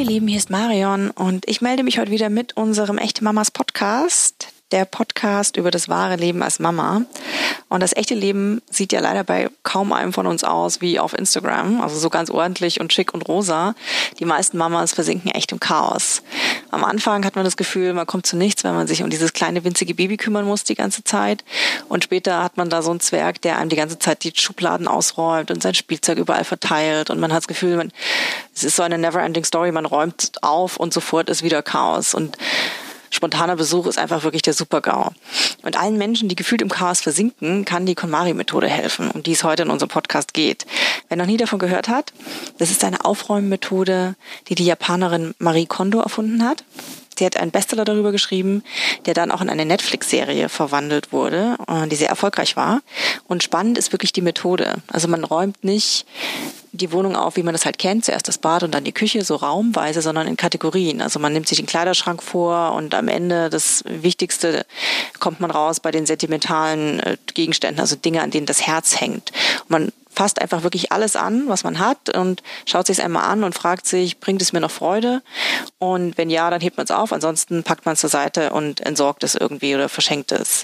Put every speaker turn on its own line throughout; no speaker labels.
Lieben, hier ist Marion und ich melde mich heute wieder mit unserem Echte Mamas Podcast. Der Podcast über das wahre Leben als Mama. Und das echte Leben sieht ja leider bei kaum einem von uns aus wie auf Instagram. Also so ganz ordentlich und schick und rosa. Die meisten Mamas versinken echt im Chaos. Am Anfang hat man das Gefühl, man kommt zu nichts, weil man sich um dieses kleine winzige Baby kümmern muss die ganze Zeit. Und später hat man da so einen Zwerg, der einem die ganze Zeit die Schubladen ausräumt und sein Spielzeug überall verteilt. Und man hat das Gefühl, es ist so eine never-ending Story. Man räumt auf und sofort ist wieder Chaos. Und spontaner Besuch ist einfach wirklich der Super-GAU. Und allen Menschen, die gefühlt im Chaos versinken, kann die KonMari-Methode helfen, um die es heute in unserem Podcast geht. Wer noch nie davon gehört hat, das ist eine Aufräummethode, die die Japanerin Marie Kondo erfunden hat. Sie hat einen Bestseller darüber geschrieben, der dann auch in eine Netflix-Serie verwandelt wurde, die sehr erfolgreich war. Und spannend ist wirklich die Methode. Also man räumt nicht die Wohnung auf, wie man das halt kennt, zuerst das Bad und dann die Küche, so raumweise, sondern in Kategorien. Also man nimmt sich den Kleiderschrank vor und am Ende das Wichtigste kommt man raus bei den sentimentalen Gegenständen, also Dinge, an denen das Herz hängt. Und man fasst einfach wirklich alles an, was man hat und schaut sich es einmal an und fragt sich, bringt es mir noch Freude? Und wenn ja, dann hebt man es auf, ansonsten packt man es zur Seite und entsorgt es irgendwie oder verschenkt es.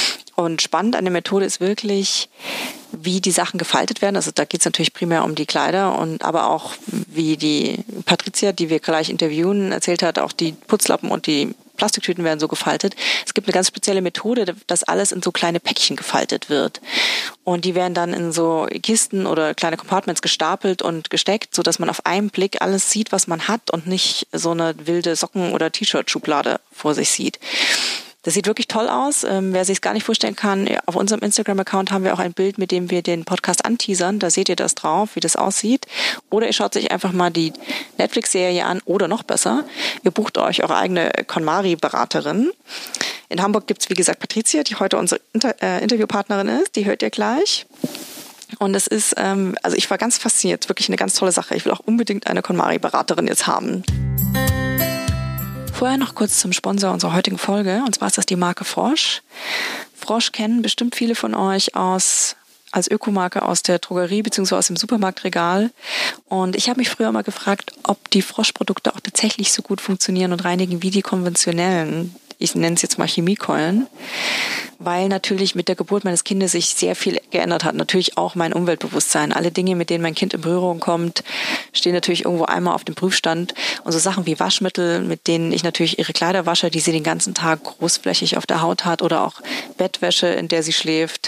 Und spannend an der Methode ist wirklich, wie die Sachen gefaltet werden. Also da geht es natürlich primär um die Kleider und aber auch, wie die Patricia, die wir gleich interviewen, erzählt hat, auch die Putzlappen und die Plastiktüten werden so gefaltet. Es gibt eine ganz spezielle Methode, dass alles in so kleine Päckchen gefaltet wird. Und die werden dann in so Kisten oder kleine Compartments gestapelt und gesteckt, sodass man auf einen Blick alles sieht, was man hat und nicht so eine wilde Socken- oder T-Shirt-Schublade vor sich sieht. Das sieht wirklich toll aus. Wer sich es gar nicht vorstellen kann, auf unserem Instagram-Account haben wir auch ein Bild, mit dem wir den Podcast anteasern. Da seht ihr das drauf, wie das aussieht. Oder ihr schaut sich einfach mal die Netflix-Serie an oder noch besser, ihr bucht euch eure eigene KonMari-Beraterin. In Hamburg gibt's wie gesagt, Patricia, die heute unsere Interviewpartnerin ist. Die hört ihr gleich. Und es ist, also ich war ganz fasziniert, wirklich eine ganz tolle Sache. Ich will auch unbedingt eine KonMari-Beraterin jetzt haben. Vorher noch kurz zum Sponsor unserer heutigen Folge, und zwar ist das die Marke Frosch. Frosch kennen bestimmt viele von euch als Ökomarke aus der Drogerie bzw. aus dem Supermarktregal. Und ich habe mich früher mal gefragt, ob die Frosch-Produkte auch tatsächlich so gut funktionieren und reinigen wie die konventionellen, ich nenne es jetzt mal Chemiekeulen, weil natürlich mit der Geburt meines Kindes sich sehr viel geändert hat. Natürlich auch mein Umweltbewusstsein. Alle Dinge, mit denen mein Kind in Berührung kommt, stehen natürlich irgendwo einmal auf dem Prüfstand. Und so Sachen wie Waschmittel, mit denen ich natürlich ihre Kleider wasche, die sie den ganzen Tag großflächig auf der Haut hat, oder auch Bettwäsche, in der sie schläft,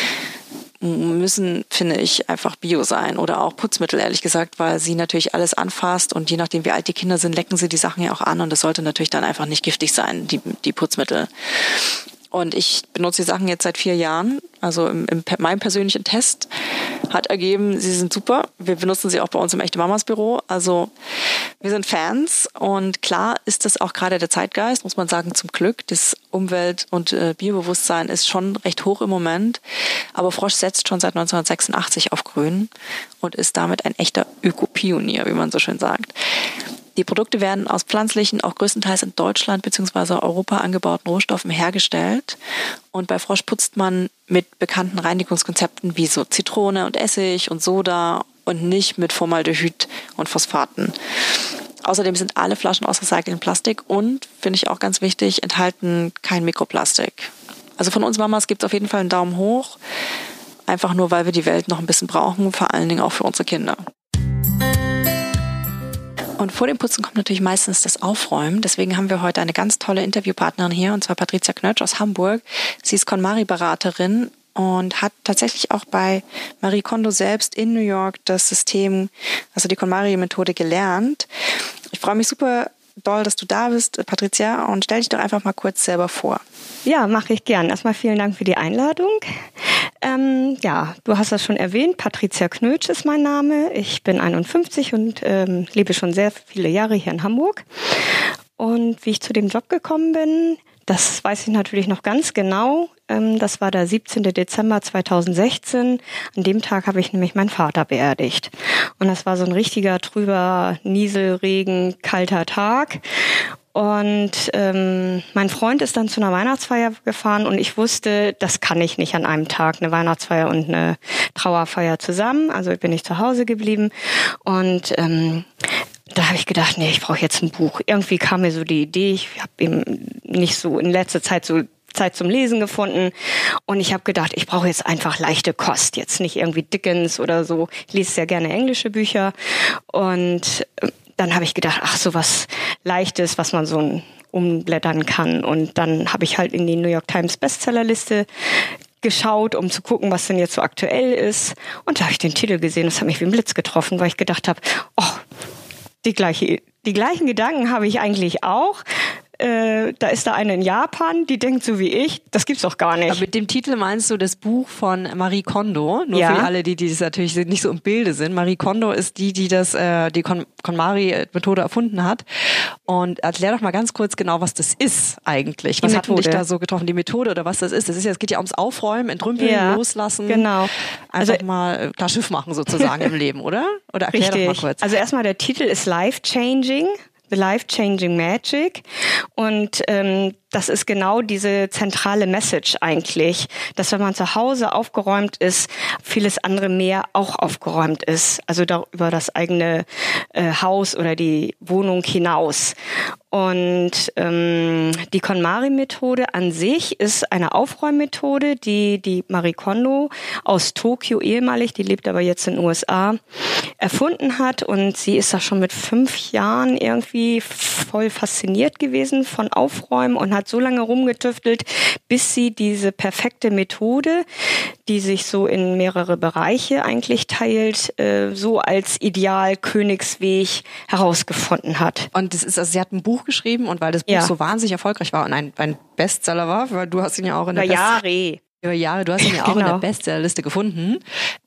müssen, finde ich, einfach Bio sein. Oder auch Putzmittel, ehrlich gesagt, weil sie natürlich alles anfasst und je nachdem, wie alt die Kinder sind, lecken sie die Sachen ja auch an und das sollte natürlich dann einfach nicht giftig sein, die Putzmittel. Und ich benutze die Sachen jetzt seit 4 Jahren. Also meinem persönlichen Test hat ergeben, sie sind super. Wir benutzen sie auch bei uns im Echte Mamas Büro. Also wir sind Fans. Und klar ist das auch gerade der Zeitgeist, muss man sagen, zum Glück. Das Umwelt- und Biobewusstsein ist schon recht hoch im Moment. Aber Frosch setzt schon seit 1986 auf Grün und ist damit ein echter Ökopionier, wie man so schön sagt. Die Produkte werden aus pflanzlichen, auch größtenteils in Deutschland bzw. Europa angebauten Rohstoffen hergestellt. Und bei Frosch putzt man mit bekannten Reinigungskonzepten wie so Zitrone und Essig und Soda und nicht mit Formaldehyd und Phosphaten. Außerdem sind alle Flaschen aus recyceltem Plastik und, finde ich auch ganz wichtig, enthalten kein Mikroplastik. Also von uns Mamas gibt es auf jeden Fall einen Daumen hoch. Einfach nur, weil wir die Welt noch ein bisschen brauchen, vor allen Dingen auch für unsere Kinder. Und vor dem Putzen kommt natürlich meistens das Aufräumen. Deswegen haben wir heute eine ganz tolle Interviewpartnerin hier, und zwar Patricia Knötsch aus Hamburg. Sie ist KonMari-Beraterin und hat tatsächlich auch bei Marie Kondo selbst in New York das System, also die KonMari-Methode gelernt. Ich freue mich super doll, dass du da bist, Patricia, und stell dich doch einfach mal kurz selber vor.
Ja, mache ich gern. Erstmal vielen Dank für die Einladung. Ja, du hast das schon erwähnt, Patricia Knötsch ist mein Name. Ich bin 51 und lebe schon sehr viele Jahre hier in Hamburg. Und wie ich zu dem Job gekommen bin, das weiß ich natürlich noch ganz genau. Das war der 17. Dezember 2016. An dem Tag habe ich nämlich meinen Vater beerdigt. Und das war so ein richtiger trüber Nieselregen, kalter Tag. Und mein Freund ist dann zu einer Weihnachtsfeier gefahren und ich wusste, das kann ich nicht an einem Tag, eine Weihnachtsfeier und eine Trauerfeier zusammen. Also bin ich zu Hause geblieben und Da habe ich gedacht, nee, ich brauche jetzt ein Buch. Irgendwie kam mir so die Idee, ich habe eben nicht so in letzter Zeit zum Lesen gefunden und ich habe gedacht, ich brauche jetzt einfach leichte Kost, jetzt nicht irgendwie Dickens oder so. Ich lese sehr gerne englische Bücher und dann habe ich gedacht, ach, so was Leichtes, was man so umblättern kann, und dann habe ich halt in die New York Times Bestsellerliste geschaut, um zu gucken, was denn jetzt so aktuell ist, und da habe ich den Titel gesehen, das hat mich wie ein Blitz getroffen, weil ich gedacht habe, oh, die gleichen Gedanken habe ich eigentlich auch. Da ist da eine in Japan, die denkt so wie ich, das gibt's doch gar nicht.
Aber mit dem Titel meinst du das Buch von Marie Kondo? Nur für alle, die das natürlich nicht so im Bilde sind. Marie Kondo ist die die KonMari-Methode erfunden hat. Und erklär doch mal ganz kurz genau, was das ist eigentlich. Was hat dich da so getroffen? Die Methode oder was das ist? Es geht ja ums Aufräumen, Entrümpeln, Loslassen.
Genau.
Einfach mal klar Schiff machen sozusagen im Leben, oder? Oder erklär doch mal kurz.
Also erstmal, der Titel ist Life-Changing. The Life-Changing Magic, und das ist genau diese zentrale Message eigentlich, dass wenn man zu Hause aufgeräumt ist, vieles andere mehr auch aufgeräumt ist, also über das eigene Haus oder die Wohnung hinaus. Und die KonMari-Methode an sich ist eine Aufräummethode, die Marie Kondo aus Tokio ehemalig, die lebt aber jetzt in den USA, erfunden hat, und sie ist da schon mit 5 Jahren irgendwie voll fasziniert gewesen von Aufräumen und hat so lange rumgetüftelt, bis sie diese perfekte Methode, die sich so in mehrere Bereiche eigentlich teilt, so als Ideal-Königsweg herausgefunden hat.
Und das ist, also sie hat ein Buch geschrieben, und weil das Buch so wahnsinnig erfolgreich war und ein Bestseller war, weil du hast ihn ja auch in der über Jahre, du hast ihn ja auch in der Bestsellerliste gefunden.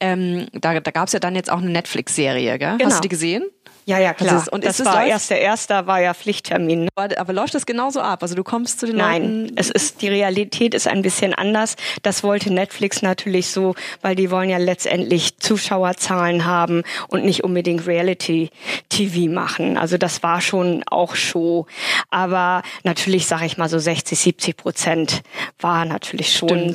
Da gab es ja dann jetzt auch eine Netflix-Serie, gell?
Genau.
Hast du die gesehen?
Ja, klar. Und das war erster war ja Pflichttermin.
Aber läuft das genauso ab? Also du kommst zu den Leuten...
Nein, die Realität ist ein bisschen anders. Das wollte Netflix natürlich so, weil die wollen ja letztendlich Zuschauerzahlen haben und nicht unbedingt Reality-TV machen. Also das war schon auch Show. Aber natürlich, sage ich mal, so 60-70% war natürlich schon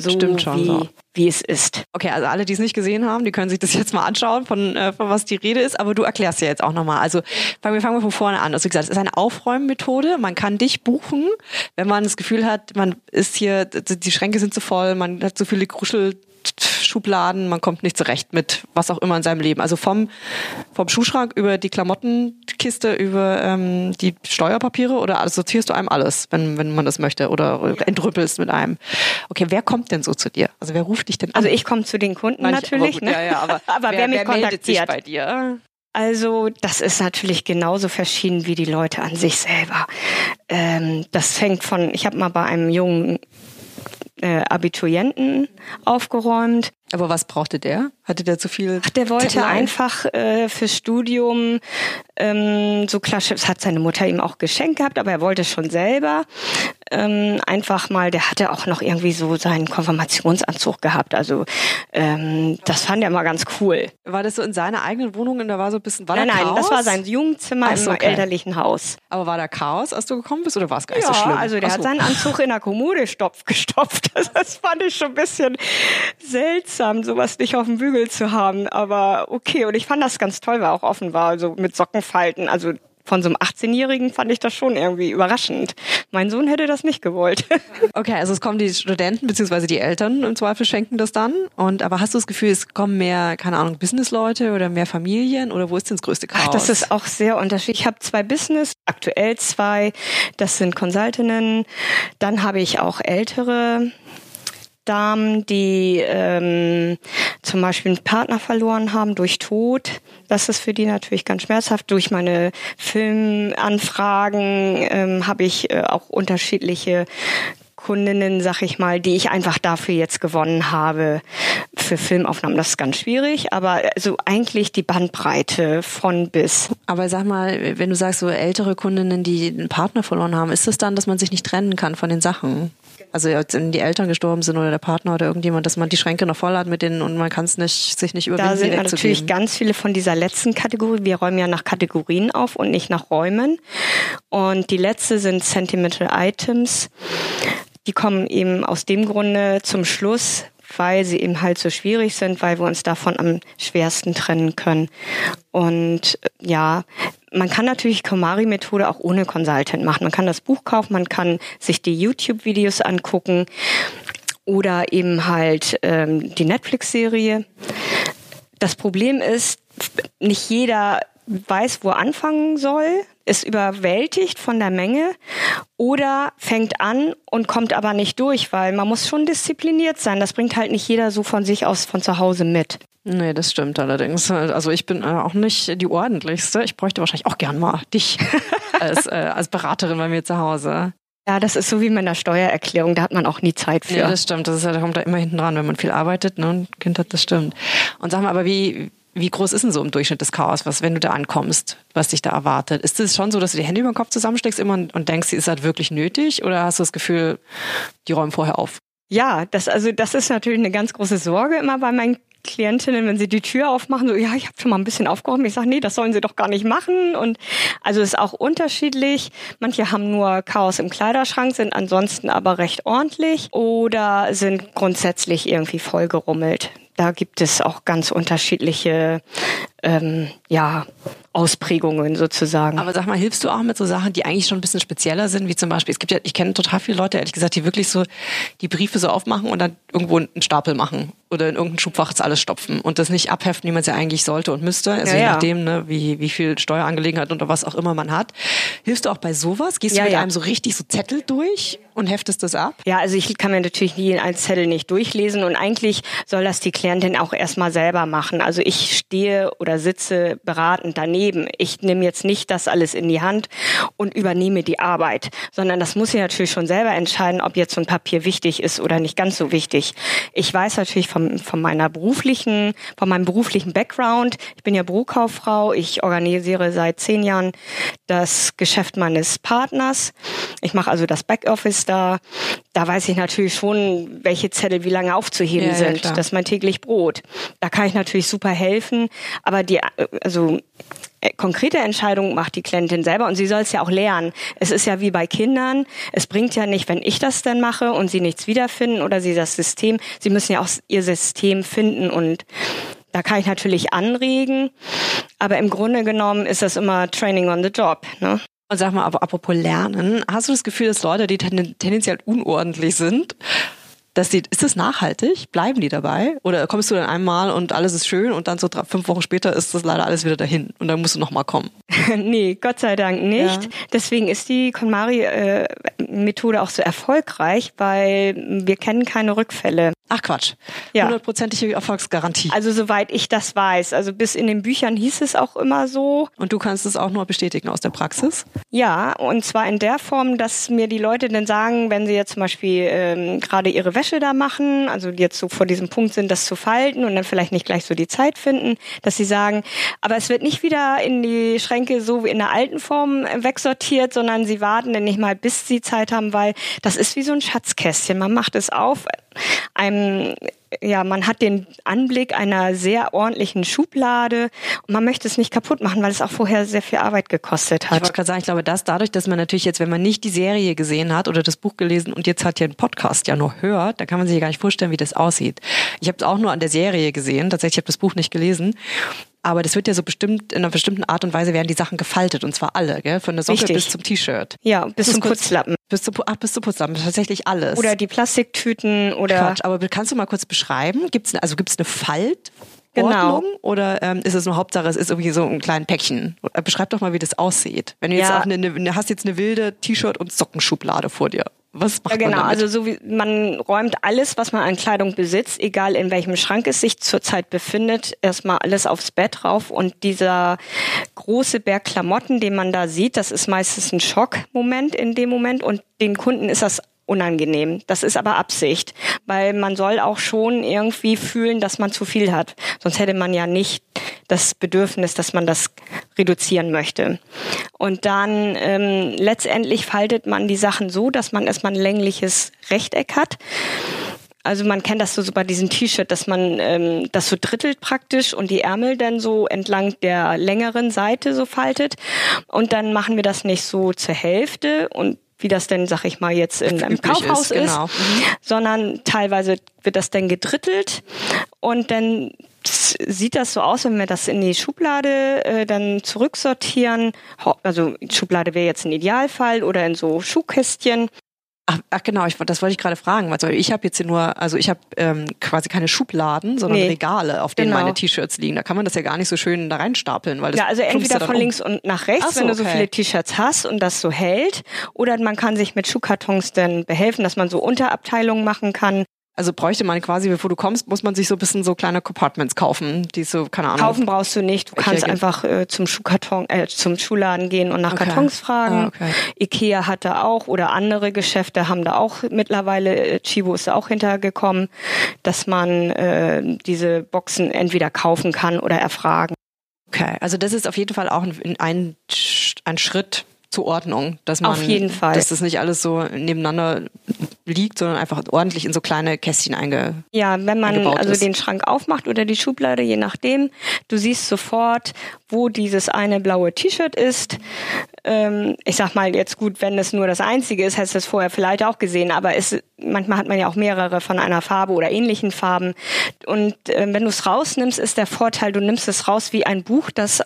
wie es ist.
Okay, also alle, die es nicht gesehen haben, die können sich das jetzt mal anschauen, von was die Rede ist, aber du erklärst ja jetzt auch nochmal. Also fangen wir von vorne an. Also wie gesagt, es ist eine Aufräummethode. Man kann dich buchen, wenn man das Gefühl hat, man ist hier, die Schränke sind zu voll, man hat so viele Kuschelschubladen, man kommt nicht zurecht mit was auch immer in seinem Leben. Also vom Schuhschrank über die Klamottenkiste, über die Steuerpapiere, oder sortierst du einem alles, wenn man das möchte, oder entrüppelst mit einem. Okay, wer kommt denn so zu dir? Also wer ruft dich denn an?
Also ich komme zu den Kunden natürlich.
Aber, gut, aber wer mich meldet sich bei dir?
Also das ist natürlich genauso verschieden wie die Leute an sich selber. Das fängt von, ich habe mal bei einem jungen Abiturienten aufgeräumt.
Aber was brauchte der? Hatte der zu viel?
Der wollte einfach fürs Studium so klassisch, das hat seine Mutter ihm auch geschenkt gehabt, aber er wollte schon selber einfach mal, der hatte auch noch irgendwie so seinen Konfirmationsanzug gehabt, also das fand er mal ganz cool.
War das so in seiner eigenen Wohnung und da war so ein bisschen,
Nein, das war sein Jugendzimmer im elterlichen Haus.
Aber war da Chaos, als du gekommen bist, oder war es gar nicht so schlimm?
Ja, also der hat seinen Anzug in der Kommode gestopft. Das fand ich schon ein bisschen seltsam, sowas nicht auf dem Bügel zu haben, aber okay. Und ich fand das ganz toll, weil er auch offen war, also mit Sockenfalten, also von so einem 18-Jährigen fand ich das schon irgendwie überraschend. Mein Sohn hätte das nicht gewollt.
Okay, also es kommen die Studenten bzw. die Eltern im Zweifel schenken das dann. Aber hast du das Gefühl, es kommen mehr, keine Ahnung, Businessleute oder mehr Familien, oder wo ist denn das größte Chaos?
Ach, das ist auch sehr unterschiedlich. Ich habe 2 Business, aktuell 2, das sind Consultinnen. Dann habe ich auch ältere Damen, die zum Beispiel einen Partner verloren haben durch Tod. Das ist für die natürlich ganz schmerzhaft. Durch meine Filmanfragen habe ich auch unterschiedliche Kundinnen, sag ich mal, die ich einfach dafür jetzt gewonnen habe für Filmaufnahmen. Das ist ganz schwierig, aber so eigentlich die Bandbreite von bis.
Aber sag mal, wenn du sagst, so ältere Kundinnen, die einen Partner verloren haben, ist das dann, dass man sich nicht trennen kann von den Sachen? Also wenn die Eltern gestorben sind oder der Partner oder irgendjemand, dass man die Schränke noch voll hat mit denen und man kann es nicht, sich nicht überwinden,
da sind natürlich ganz viele von dieser letzten Kategorie. Wir räumen ja nach Kategorien auf und nicht nach Räumen. Und die letzte sind Sentimental Items. Die kommen eben aus dem Grunde zum Schluss, weil sie eben halt so schwierig sind, weil wir uns davon am schwersten trennen können. Und ja, man kann natürlich KonMari-Methode auch ohne Consultant machen. Man kann das Buch kaufen, man kann sich die YouTube-Videos angucken oder eben halt die Netflix-Serie. Das Problem ist, nicht jeder weiß, wo er anfangen soll, ist überwältigt von der Menge oder fängt an und kommt aber nicht durch, weil man muss schon diszipliniert sein. Das bringt halt nicht jeder so von sich aus von zu Hause mit.
Nee, das stimmt allerdings. Also ich bin auch nicht die ordentlichste. Ich bräuchte wahrscheinlich auch gern mal dich als Beraterin bei mir zu Hause.
Ja, das ist so wie mit einer Steuererklärung, da hat man auch nie Zeit für.
Ja, das stimmt. Da kommt da immer hinten dran, wenn man viel arbeitet, ne, und Kind hat, das stimmt. Und sag mal, aber wie groß ist denn so im Durchschnitt das Chaos, wenn du da ankommst, was dich da erwartet? Ist es schon so, dass du die Hände über den Kopf zusammensteckst immer und denkst, ist das wirklich nötig? Oder hast du das Gefühl, die räumen vorher auf?
Ja, das ist natürlich eine ganz große Sorge immer bei meinen Klientinnen, wenn sie die Tür aufmachen, so, ja, ich habe schon mal ein bisschen aufgeräumt. Ich sage, nee, das sollen sie doch gar nicht machen. Und also es ist auch unterschiedlich. Manche haben nur Chaos im Kleiderschrank, sind ansonsten aber recht ordentlich oder sind grundsätzlich irgendwie vollgerummelt. Da gibt es auch ganz unterschiedliche Ausprägungen sozusagen.
Aber sag mal, hilfst du auch mit so Sachen, die eigentlich schon ein bisschen spezieller sind, wie zum Beispiel, ich kenne total viele Leute, ehrlich gesagt, die wirklich so die Briefe so aufmachen und dann irgendwo einen Stapel machen oder in irgendein Schubfach das alles stopfen und das nicht abheften, wie man es ja eigentlich sollte und müsste, also je nachdem, ne, wie viel Steuerangelegenheit oder was auch immer man hat. Hilfst du auch bei sowas? Gehst du mit einem so richtig so Zettel durch und heftest das ab?
Ja, also ich kann mir natürlich nie einen Zettel nicht durchlesen und eigentlich soll das die Klientin auch erstmal selber machen. Also ich stehe oder sitze beratend daneben. Ich nehme jetzt nicht das alles in die Hand und übernehme die Arbeit, sondern das muss sie natürlich schon selber entscheiden, ob jetzt so ein Papier wichtig ist oder nicht ganz so wichtig. Ich weiß natürlich von meinem beruflichen Background. Ich bin ja Bürokauffrau. Ich organisiere seit 10 Jahren das Geschäft meines Partners. Ich mache also das Backoffice da. Da weiß ich natürlich schon, welche Zettel wie lange aufzuheben sind. Ja, das ist mein täglich Brot. Da kann ich natürlich super helfen. Aber konkrete Entscheidungen macht die Klientin selber und sie soll es ja auch lernen. Es ist ja wie bei Kindern. Es bringt ja nicht, wenn ich das dann mache und sie nichts wiederfinden oder sie müssen ja auch ihr System finden und da kann ich natürlich anregen. Aber im Grunde genommen ist das immer Training on the Job, ne?
Und sag mal, aber apropos Lernen, hast du das Gefühl, dass Leute, die tendenziell unordentlich sind, ist das nachhaltig? Bleiben die dabei? Oder kommst du dann einmal und alles ist schön und dann so 5 Wochen später ist das leider alles wieder dahin und dann musst du nochmal kommen?
Nee, Gott sei Dank nicht. Ja. Deswegen ist die KonMari-Methode auch so erfolgreich, weil wir kennen keine Rückfälle.
Ach Quatsch. Ja. 100%ige Erfolgsgarantie.
Also soweit ich das weiß. Also bis in den Büchern hieß es auch immer so.
Und du kannst es auch nur bestätigen aus der Praxis?
Ja, und zwar in der Form, dass mir die Leute dann sagen, wenn sie jetzt zum Beispiel gerade ihre Wäsche da machen, also jetzt so vor diesem Punkt sind, das zu falten und dann vielleicht nicht gleich so die Zeit finden, dass sie sagen, aber es wird nicht wieder in die Schränke so wie in der alten Form wegsortiert, sondern sie warten dann nicht mal, bis sie Zeit haben, weil das ist wie so ein Schatzkästchen. Man macht es auf, man hat den Anblick einer sehr ordentlichen Schublade und man möchte es nicht kaputt machen, weil es auch vorher sehr viel Arbeit gekostet hat.
Ich wollte gerade sagen, ich glaube, dadurch, dass man natürlich jetzt, wenn man nicht die Serie gesehen hat oder das Buch gelesen und jetzt hat ja einen Podcast ja nur hört, da kann man sich ja gar nicht vorstellen, wie das aussieht. Ich habe es auch nur an der Serie gesehen, tatsächlich, ich habe das Buch nicht gelesen. Aber das wird ja so bestimmt, in einer bestimmten Art und Weise werden die Sachen gefaltet. Und zwar alle, gell? Von der Socke bis zum T-Shirt.
Ja, bis zum Putzlappen.
Bis zum Putzlappen, tatsächlich alles.
Oder die Plastiktüten oder...
Quatsch, aber kannst du mal kurz beschreiben? Gibt's eine Faltordnung?
Genau.
Oder ist es nur Hauptsache, es ist irgendwie so ein kleines Päckchen? Beschreib doch mal, wie das aussieht. Wenn du jetzt auch hast jetzt eine wilde T-Shirt- und Sockenschublade vor dir. Was macht man damit?
Also so wie man räumt alles, was man an Kleidung besitzt, egal in welchem Schrank es sich zurzeit befindet, erstmal alles aufs Bett rauf und dieser große Berg Klamotten, den man da sieht, das ist meistens ein Schockmoment in dem Moment und den Kunden ist das unangenehm. Das ist aber Absicht, weil man soll auch schon irgendwie fühlen, dass man zu viel hat. Sonst hätte man ja nicht das Bedürfnis, dass man das reduzieren möchte. Und dann letztendlich faltet man die Sachen so, dass man erstmal ein längliches Rechteck hat. Also man kennt das so bei diesem T-Shirt, dass man das so drittelt praktisch und die Ärmel dann so entlang der längeren Seite so faltet. Und dann machen wir das nicht so zur Hälfte und wie das denn, sag ich mal, jetzt in einem Kaufhaus ist,
genau.
sondern teilweise wird das dann gedrittelt und dann sieht das so aus, wenn wir das in die Schublade dann zurücksortieren. Also Schublade wäre jetzt ein Idealfall oder in so Schuhkästchen.
Ach genau, das wollte ich gerade fragen. Also ich habe jetzt ich habe quasi keine Schubladen, sondern Regale, auf denen meine T-Shirts liegen. Da kann man das ja gar nicht so schön da reinstapeln. Weil das
also entweder von links und nach rechts, wenn du so viele T-Shirts hast und das so hält. Oder man kann sich mit Schuhkartons dann behelfen, dass man so Unterabteilungen machen kann.
Also bräuchte man quasi, bevor du kommst, muss man sich so ein bisschen so kleine Compartments kaufen, die so, keine Ahnung.
Kaufen brauchst du nicht. Du kannst einfach zum Schuhladen gehen und nach Kartons fragen. Ikea hat da auch oder andere Geschäfte haben da auch mittlerweile, Chibo ist da auch hintergekommen, dass man diese Boxen entweder kaufen kann oder erfragen.
Okay, also das ist auf jeden Fall auch ein Schritt zur Ordnung, dass man,
auf jeden Fall,
dass das nicht alles so nebeneinander liegt, sondern einfach ordentlich in so kleine Kästchen eingebaut ist.
Ja, wenn man also den Schrank aufmacht oder die Schublade, je nachdem, du siehst sofort, wo dieses eine blaue T-Shirt ist. Ich sag mal jetzt gut, wenn es nur das einzige ist, hättest du es vorher vielleicht auch gesehen, aber manchmal hat man ja auch mehrere von einer Farbe oder ähnlichen Farben. Und wenn du es rausnimmst, ist der Vorteil, du nimmst es raus wie ein Buch, das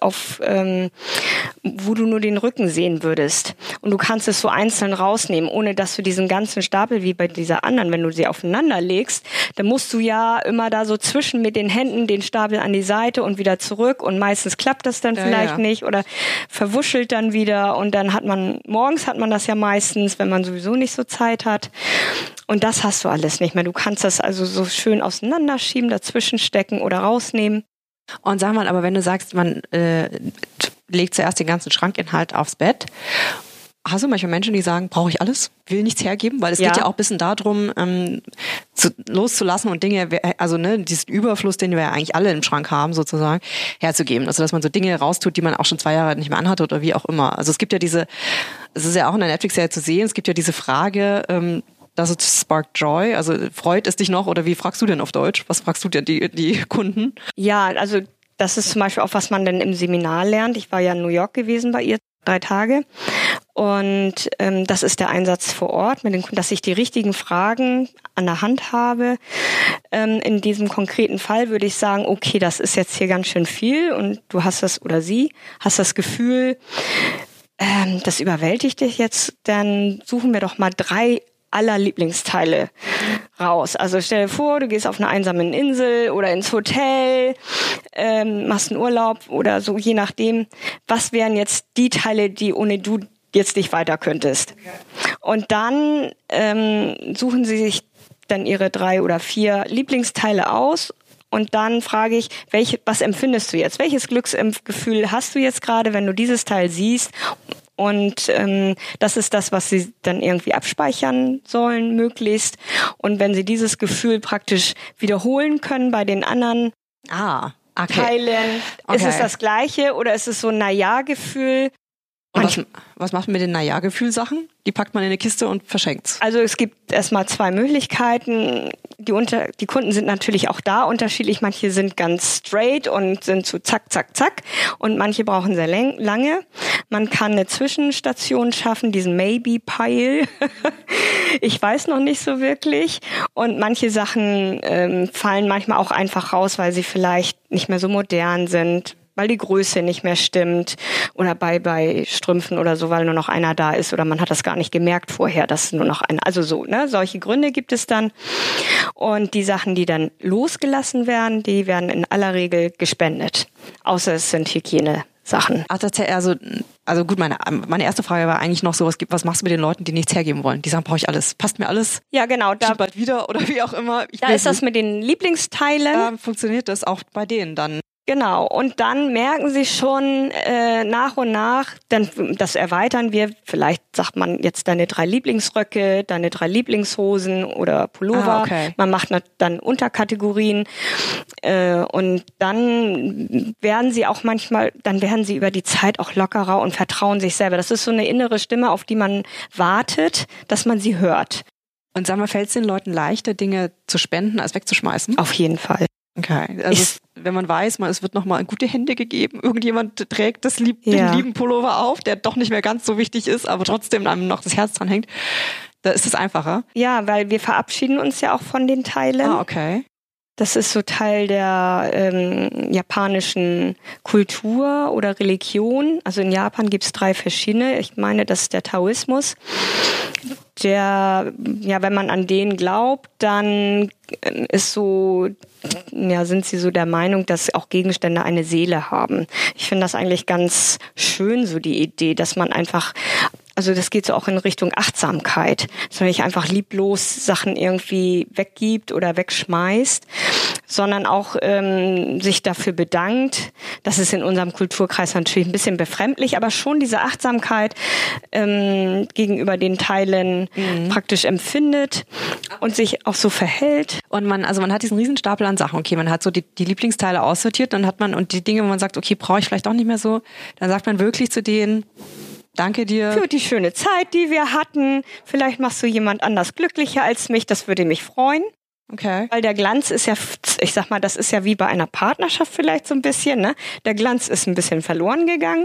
wo du nur den Rücken sehen würdest. Und du kannst es so einzeln rausnehmen, ohne dass du diesen ganzen Stapel wie bei dieser anderen, wenn du sie aufeinander legst, dann musst du ja immer da so zwischen mit den Händen den Stapel an die Seite und wieder zurück und meistens klappt das dann vielleicht nicht oder verwuschelt dann wieder und dann morgens hat man das ja meistens, wenn man sowieso nicht so Zeit hat. Und das hast du alles nicht mehr. Du kannst das also so schön auseinanderschieben, dazwischen stecken oder rausnehmen.
Und sag mal, aber wenn du sagst, man legt zuerst den ganzen Schrankinhalt aufs Bett, hast du manchmal Menschen, die sagen, brauche ich alles, will nichts hergeben? Weil es geht ja auch ein bisschen darum, loszulassen und Dinge, also diesen Überfluss, den wir ja eigentlich alle im Schrank haben, sozusagen, herzugeben. Also dass man so Dinge raustut, die man auch schon 2 Jahre nicht mehr anhatte oder wie auch immer. Also es gibt ja es ist ja auch in der Netflix-Serie zu sehen, es gibt ja diese Frage, does it spark joy? Also freut es dich noch oder wie fragst du denn auf Deutsch? Was fragst du denn die Kunden?
Ja, also das ist zum Beispiel auch, was man denn im Seminar lernt. Ich war ja in New York gewesen bei ihr 3 Tage und das ist der Einsatz vor Ort, mit den Kunden, dass ich die richtigen Fragen an der Hand habe. In diesem konkreten Fall würde ich sagen, okay, das ist jetzt hier ganz schön viel und du hast das oder sie hast das Gefühl, das überwältigt dich jetzt, dann suchen wir doch mal 3 aller Lieblingsteile raus. Also stell dir vor, du gehst auf eine einsame Insel oder ins Hotel, machst einen Urlaub oder so, je nachdem. Was wären jetzt die Teile, die ohne du jetzt nicht weiter könntest? Und dann suchen sie sich dann ihre 3 oder 4 Lieblingsteile aus. Und dann frage ich, was empfindest du jetzt? Welches Glücksgefühl hast du jetzt gerade, wenn du dieses Teil siehst? Und das ist das, was sie dann irgendwie abspeichern sollen, möglichst. Und wenn sie dieses Gefühl praktisch wiederholen können bei den anderen Teilen, ist es das Gleiche oder ist es so ein Na-Ja-Gefühl?
Und was macht man mit den Na-Ja-Gefühl-Sachen? Die packt man in eine Kiste und verschenkt's.
Also es gibt erstmal 2 Möglichkeiten. Die Kunden sind natürlich auch da unterschiedlich. Manche sind ganz straight und sind so zack, zack, zack. Und manche brauchen sehr lange. Man kann eine Zwischenstation schaffen, diesen Maybe-Pile. Ich weiß noch nicht so wirklich. Und manche Sachen fallen manchmal auch einfach raus, weil sie vielleicht nicht mehr so modern sind, weil die Größe nicht mehr stimmt oder bei Strümpfen oder so, weil nur noch einer da ist oder man hat das gar nicht gemerkt vorher, dass nur noch einer, also so, solche Gründe gibt es dann. Und die Sachen, die dann losgelassen werden, die werden in aller Regel gespendet. Außer es sind Hygienesachen.
Ach, das also gut, meine erste Frage war eigentlich noch so, was machst du mit den Leuten, die nichts hergeben wollen? Die sagen, brauche ich alles. Passt mir alles?
Ja, genau.
Da bald wieder oder wie auch immer.
Da ist das mit den Lieblingsteilen.
Da funktioniert das auch bei denen dann.
Genau, und dann merken sie schon nach und nach, das erweitern wir, vielleicht sagt man jetzt deine 3 Lieblingsröcke, deine 3 Lieblingshosen oder Pullover, Man macht dann Unterkategorien und dann werden sie auch werden sie über die Zeit auch lockerer und vertrauen sich selber. Das ist so eine innere Stimme, auf die man wartet, dass man sie hört.
Und sag mal, fällt es den Leuten leichter, Dinge zu spenden, als wegzuschmeißen?
Auf jeden Fall.
Okay, also wenn man weiß, es wird nochmal in gute Hände gegeben. Irgendjemand trägt den lieben Pullover auf, der doch nicht mehr ganz so wichtig ist, aber trotzdem einem noch das Herz dran hängt. Da ist es einfacher.
Ja, weil wir verabschieden uns ja auch von den Teilen.
Ah, okay.
Das ist so Teil der japanischen Kultur oder Religion. Also in Japan gibt es 3 verschiedene. Ich meine, das ist der Taoismus. Wenn man an den glaubt, dann sind sie so der Meinung, dass auch Gegenstände eine Seele haben. Ich finde das eigentlich ganz schön, so die Idee, dass man einfach, also das geht so auch in Richtung Achtsamkeit, dass man nicht einfach lieblos Sachen irgendwie weggibt oder wegschmeißt, sondern auch sich dafür bedankt. Das ist in unserem Kulturkreis natürlich ein bisschen befremdlich, aber schon diese Achtsamkeit gegenüber den Teilen praktisch empfindet und sich auch so verhält.
Und man hat diesen Riesenstapel an Sachen. Okay, man hat so die Lieblingsteile aussortiert, dann hat man, und die Dinge, wo man sagt, okay, brauche ich vielleicht auch nicht mehr so, dann sagt man wirklich zu denen, danke dir.
Für die schöne Zeit, die wir hatten. Vielleicht machst du jemand anders glücklicher als mich, das würde mich freuen.
Okay.
Weil der Glanz ist ja, ich sag mal, das ist ja wie bei einer Partnerschaft vielleicht so ein bisschen, ne? Der Glanz ist ein bisschen verloren gegangen.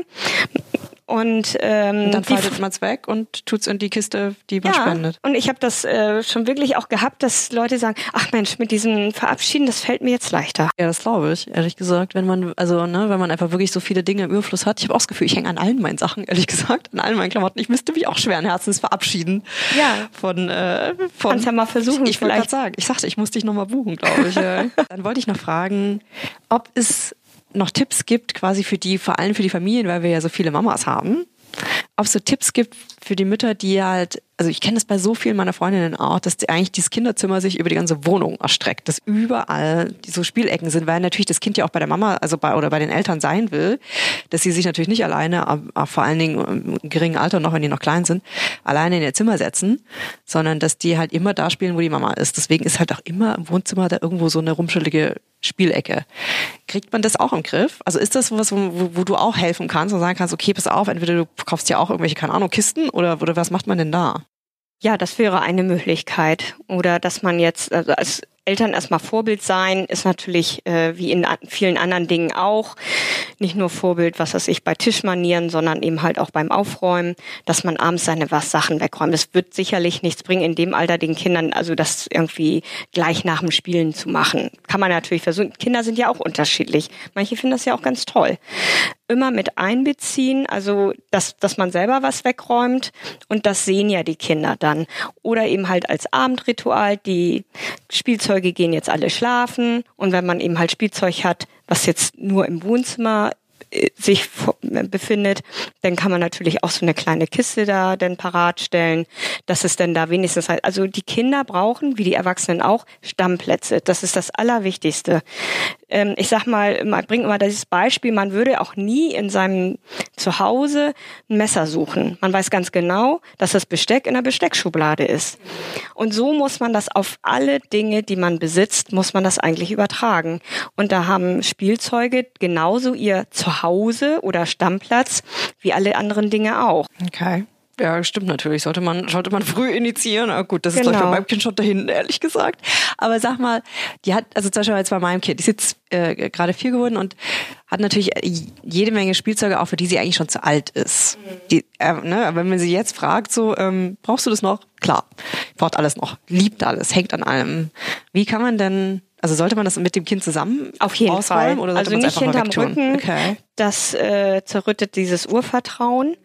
Und
dann faltet man es weg und tut's in die Kiste, die man spendet.
Und ich habe das schon wirklich auch gehabt, dass Leute sagen, ach Mensch, mit diesem Verabschieden, das fällt mir jetzt leichter.
Ja, das glaube ich, ehrlich gesagt. Wenn man einfach wirklich so viele Dinge im Überfluss hat. Ich habe auch das Gefühl, ich hänge an allen meinen Sachen, ehrlich gesagt, an allen meinen Klamotten. Ich müsste mich auch schweren Herzens verabschieden.
Ja. Kannst ja mal versuchen.
Ich wollte gerade sagen, ich sagte, ich muss dich nochmal buchen, glaube ich. Dann wollte ich noch fragen, ob es noch Tipps gibt, quasi vor allem für die Familien, weil wir ja so viele Mamas haben, ob es so Tipps gibt für die Mütter, die halt, also ich kenne das bei so vielen meiner Freundinnen auch, dass eigentlich dieses Kinderzimmer sich über die ganze Wohnung erstreckt, dass überall so Spielecken sind, weil natürlich das Kind ja auch bei der Mama, oder bei den Eltern sein will, dass sie sich natürlich nicht alleine, aber vor allen Dingen im geringen Alter noch, wenn die noch klein sind, alleine in ihr Zimmer setzen, sondern dass die halt immer da spielen, wo die Mama ist. Deswegen ist halt auch immer im Wohnzimmer da irgendwo so eine rumschuldige Spielecke. Kriegt man das auch im Griff? Also ist das sowas, wo du auch helfen kannst und sagen kannst, okay, pass auf, entweder du kaufst ja auch irgendwelche, keine Ahnung, Kisten oder was macht man denn da?
Ja, das wäre eine Möglichkeit. Oder dass man jetzt, also als Eltern erstmal Vorbild sein, ist natürlich wie in vielen anderen Dingen auch nicht nur Vorbild, was weiß ich, bei Tischmanieren, sondern eben halt auch beim Aufräumen, dass man abends seine Sachen wegräumt. Das wird sicherlich nichts bringen, in dem Alter den Kindern, also das irgendwie gleich nach dem Spielen zu machen. Kann man natürlich versuchen. Kinder sind ja auch unterschiedlich. Manche finden das ja auch ganz toll. Immer mit einbeziehen, also dass man selber was wegräumt, und das sehen ja die Kinder dann. Oder eben halt als Abendritual, die Spielzeuge gehen jetzt alle schlafen, und wenn man eben halt Spielzeug hat, was jetzt nur im Wohnzimmer sich befindet, dann kann man natürlich auch so eine kleine Kiste da dann parat stellen, dass es dann da wenigstens halt, also die Kinder brauchen, wie die Erwachsenen auch, Stammplätze. Das ist das Allerwichtigste. Ich sag mal, man bringt immer dieses Beispiel, man würde auch nie in seinem Zuhause ein Messer suchen. Man weiß ganz genau, dass das Besteck in der Besteckschublade ist. Und so muss man das auf alle Dinge, die man besitzt, muss man das eigentlich übertragen. Und da haben Spielzeuge genauso ihr Zuhause oder Stammplatz wie alle anderen Dinge auch.
Okay. Ja, stimmt natürlich. Sollte man früh initiieren. Aber gut, das ist gleich bei meinem Kind schon dahin, ehrlich gesagt. Aber sag mal, die hat, also zum Beispiel jetzt bei meinem Kind, die ist jetzt gerade 4 geworden und hat natürlich jede Menge Spielzeuge, auch für die sie eigentlich schon zu alt ist. Die, wenn man sie jetzt fragt, so, brauchst du das noch? Klar, braucht alles noch, liebt alles, hängt an allem. Wie kann man denn, also sollte man das mit dem Kind zusammen
auf jeden Fall,
oder sollte
also nicht hinterm Rücken,
okay.
Das zerrüttet dieses Urvertrauen.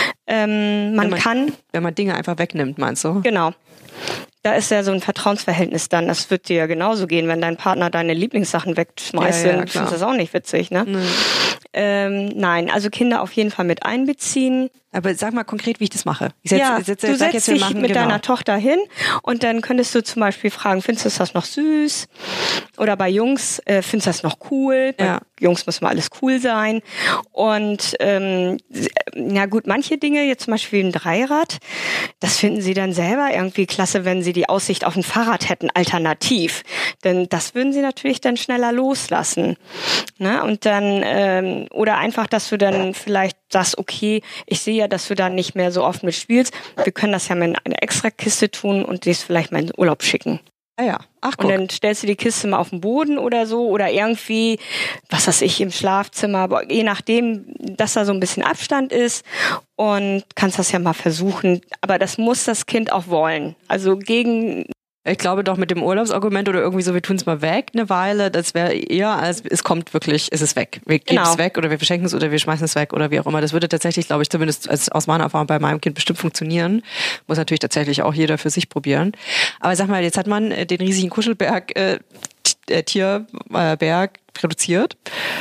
Wenn
man Dinge einfach wegnimmt, meinst du?
Genau. Da ist ja so ein Vertrauensverhältnis dann. Das wird dir ja genauso gehen, wenn dein Partner deine Lieblingssachen wegschmeißt. Dann findest du das auch nicht witzig, ne? Nein, also Kinder auf jeden Fall mit einbeziehen.
Aber sag mal konkret, wie ich das mache.
Du setzt dich mit deiner Tochter hin und dann könntest du zum Beispiel fragen, findest du das noch süß? Oder bei Jungs, findest du das noch cool? Bei Jungs muss mal alles cool sein. Und na gut, manche Dinge, jetzt zum Beispiel ein Dreirad, das finden sie dann selber irgendwie klasse, wenn sie die Aussicht auf ein Fahrrad hätten, alternativ. Denn das würden sie natürlich dann schneller loslassen. Ne? Und dann, oder einfach, dass du dann vielleicht sagst, okay, ich sehe ja, dass du da nicht mehr so oft mitspielst. Wir können das ja mal in eine Extrakiste tun und dies vielleicht mal in den Urlaub schicken.
Ah ja. Ach, guck.
Und dann stellst du die Kiste mal auf den Boden oder so oder irgendwie, was weiß ich, im Schlafzimmer, aber je nachdem, dass da so ein bisschen Abstand ist und kannst das ja mal versuchen. Aber das muss das Kind auch wollen. Also
Ich glaube doch mit dem Urlaubsargument oder irgendwie so, wir tun es mal weg eine Weile, das wäre eher als es kommt wirklich, es ist weg. Wir geben es weg oder wir verschenken es oder wir schmeißen es weg oder wie auch immer. Das würde tatsächlich, glaube ich, zumindest aus meiner Erfahrung bei meinem Kind bestimmt funktionieren. Muss natürlich tatsächlich auch jeder für sich probieren. Aber sag mal, jetzt hat man den riesigen Kuschelberg, Tierberg reduziert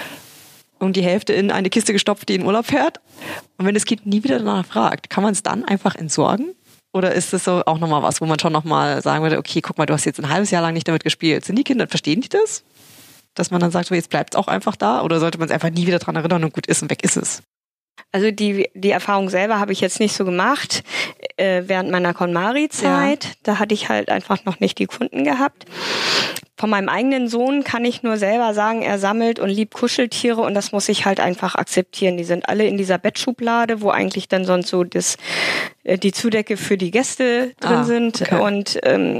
und die Hälfte in eine Kiste gestopft, die in Urlaub fährt. Und wenn das Kind nie wieder danach fragt, kann man es dann einfach entsorgen? Oder ist das so auch nochmal was, wo man schon nochmal sagen würde, okay, guck mal, du hast jetzt ein halbes Jahr lang nicht damit gespielt. Sind die Kinder, verstehen die das? Dass man dann sagt, so jetzt bleibt es auch einfach da? Oder sollte man es einfach nie wieder dran erinnern und gut ist und weg ist es?
Also die Erfahrung selber habe ich jetzt nicht so gemacht während meiner KonMari-Zeit. Ja. Da hatte ich halt einfach noch nicht die Kunden gehabt. Von meinem eigenen Sohn kann ich nur selber sagen, er sammelt und liebt Kuscheltiere und das muss ich halt einfach akzeptieren. Die sind alle in dieser Bettschublade, wo eigentlich dann sonst so die Zudecke für die Gäste drin sind. Okay. Und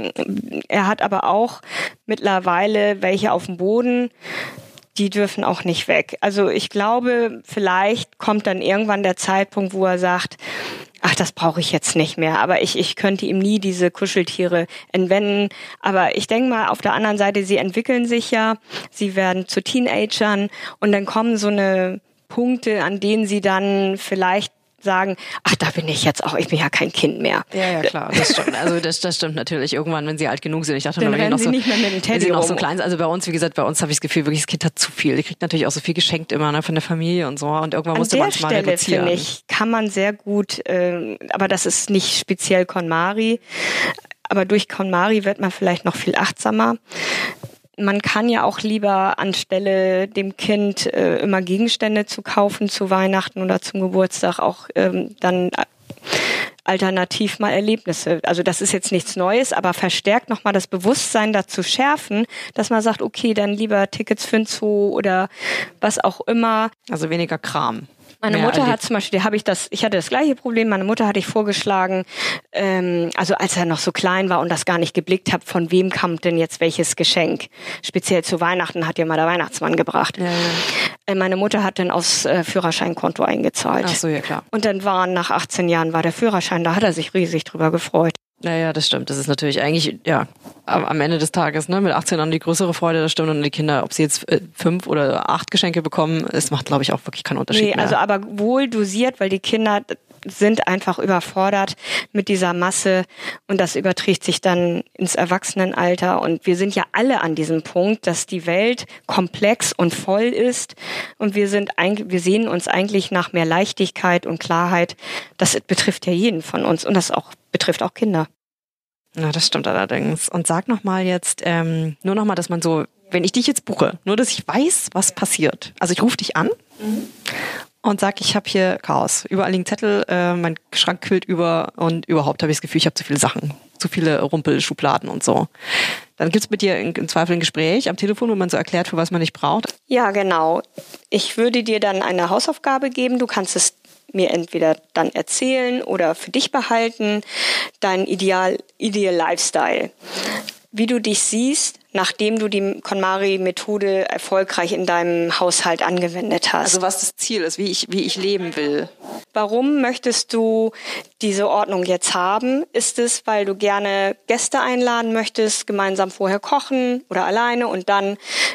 er hat aber auch mittlerweile welche auf dem Boden. Die dürfen auch nicht weg. Also ich glaube, vielleicht kommt dann irgendwann der Zeitpunkt, wo er sagt, ach, das brauche ich jetzt nicht mehr. Aber ich könnte ihm nie diese Kuscheltiere entwenden. Aber ich denke mal, auf der anderen Seite, sie entwickeln sich ja, sie werden zu Teenagern und dann kommen so eine Punkte, an denen sie dann vielleicht sagen, ach, da bin ich jetzt auch, ich bin ja kein Kind mehr.
Ja, klar, das stimmt. Also das stimmt natürlich irgendwann, wenn sie alt genug sind. Ich dachte,
dann rennen
noch
sie
so,
nicht mehr mit dem Teddy
wenn sie noch
rum.
so klein sind. Also bei uns, wie gesagt, habe ich das Gefühl, wirklich das Kind hat zu viel. Die kriegt natürlich auch so viel geschenkt immer, ne, von der Familie und so. Und irgendwann musste man es mal reduzieren. An der Stelle, finde ich,
kann man sehr gut, aber das ist nicht speziell KonMari, aber durch KonMari wird man vielleicht noch viel achtsamer. Man kann ja auch lieber anstelle dem Kind immer Gegenstände zu kaufen zu Weihnachten oder zum Geburtstag auch dann alternativ mal Erlebnisse. Also das ist jetzt nichts Neues, aber verstärkt nochmal das Bewusstsein dazu schärfen, dass man sagt, okay, dann lieber Tickets für den Zoo oder was auch immer.
Also weniger Kram.
Meine Mutter hat zum Beispiel, ich hatte das gleiche Problem, meine Mutter hatte ich vorgeschlagen, also als er noch so klein war und das gar nicht geblickt habe, von wem kommt denn jetzt welches Geschenk? Speziell zu Weihnachten hat ja mal der Weihnachtsmann gebracht. Ja. Meine Mutter hat dann aufs Führerscheinkonto eingezahlt.
Ach so, ja klar.
Und dann nach 18 Jahren war der Führerschein, da hat er sich riesig drüber gefreut.
Ja, das stimmt. Das ist natürlich eigentlich, ja, am Ende des Tages, ne, mit 18 Jahren die größere Freude, das stimmt. Und die Kinder, ob sie jetzt 5 oder 8 Geschenke bekommen, es macht, glaube ich, auch wirklich keinen Unterschied mehr.
Also aber wohl dosiert, weil die Kinder sind einfach überfordert mit dieser Masse und das überträgt sich dann ins Erwachsenenalter und wir sind ja alle an diesem Punkt, dass die Welt komplex und voll ist und wir sehen uns eigentlich nach mehr Leichtigkeit und Klarheit. Das betrifft ja jeden von uns und das betrifft auch Kinder.
Ja, das stimmt allerdings. Und sag nochmal jetzt, nur nochmal, dass man so, wenn ich dich jetzt buche, nur dass ich weiß, was passiert. Also ich rufe dich an und sag, ich habe hier Chaos. Überall liegen Zettel, mein Schrank quillt über und überhaupt habe ich das Gefühl, ich habe zu viele Sachen, zu viele Rumpelschubladen und so. Dann gibt's mit dir im Zweifel ein Gespräch am Telefon, wo man so erklärt, für was man nicht braucht. Ja, genau. Ich würde dir dann eine Hausaufgabe geben. Du kannst es mir entweder dann erzählen oder für dich behalten. Dein Ideal Lifestyle. Wie du dich siehst, nachdem du die KonMari-Methode erfolgreich in deinem Haushalt angewendet hast. Also was das Ziel ist, wie ich leben will.
Warum möchtest du diese Ordnung jetzt haben? Ist es, weil du gerne Gäste einladen möchtest, gemeinsam vorher kochen oder alleine und dann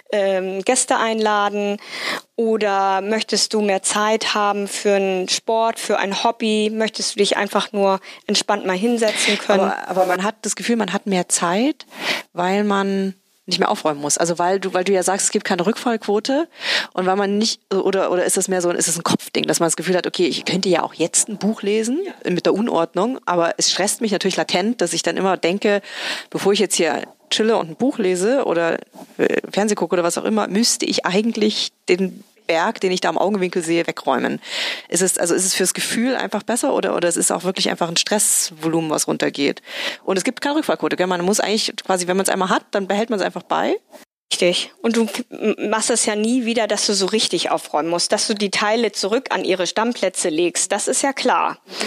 Gäste einladen? Oder möchtest du mehr Zeit haben für einen Sport, für ein Hobby? Möchtest du dich einfach nur entspannt mal hinsetzen können?
Aber man hat das Gefühl, man hat mehr Zeit, weil man nicht mehr aufräumen muss. Also weil du ja sagst, es gibt keine Rückfallquote und weil man nicht, oder ist es mehr so, ist es ein Kopfding, dass man das Gefühl hat, okay, ich könnte ja auch jetzt ein Buch lesen mit der Unordnung, aber es stresst mich natürlich latent, dass ich dann immer denke, bevor ich jetzt hier chille und ein Buch lese oder Fernseh gucke oder was auch immer, müsste ich eigentlich den Berg, den ich da am Augenwinkel sehe, wegräumen. Ist es fürs Gefühl einfach besser oder es ist auch wirklich einfach ein Stressvolumen, was runtergeht? Und es gibt keine Rückfallquote, gell? Man muss eigentlich quasi, wenn man es einmal hat, dann behält man es einfach bei.
Richtig. Und du machst es ja nie wieder, dass du so richtig aufräumen musst, dass du die Teile zurück an ihre Stammplätze legst. Das ist ja klar.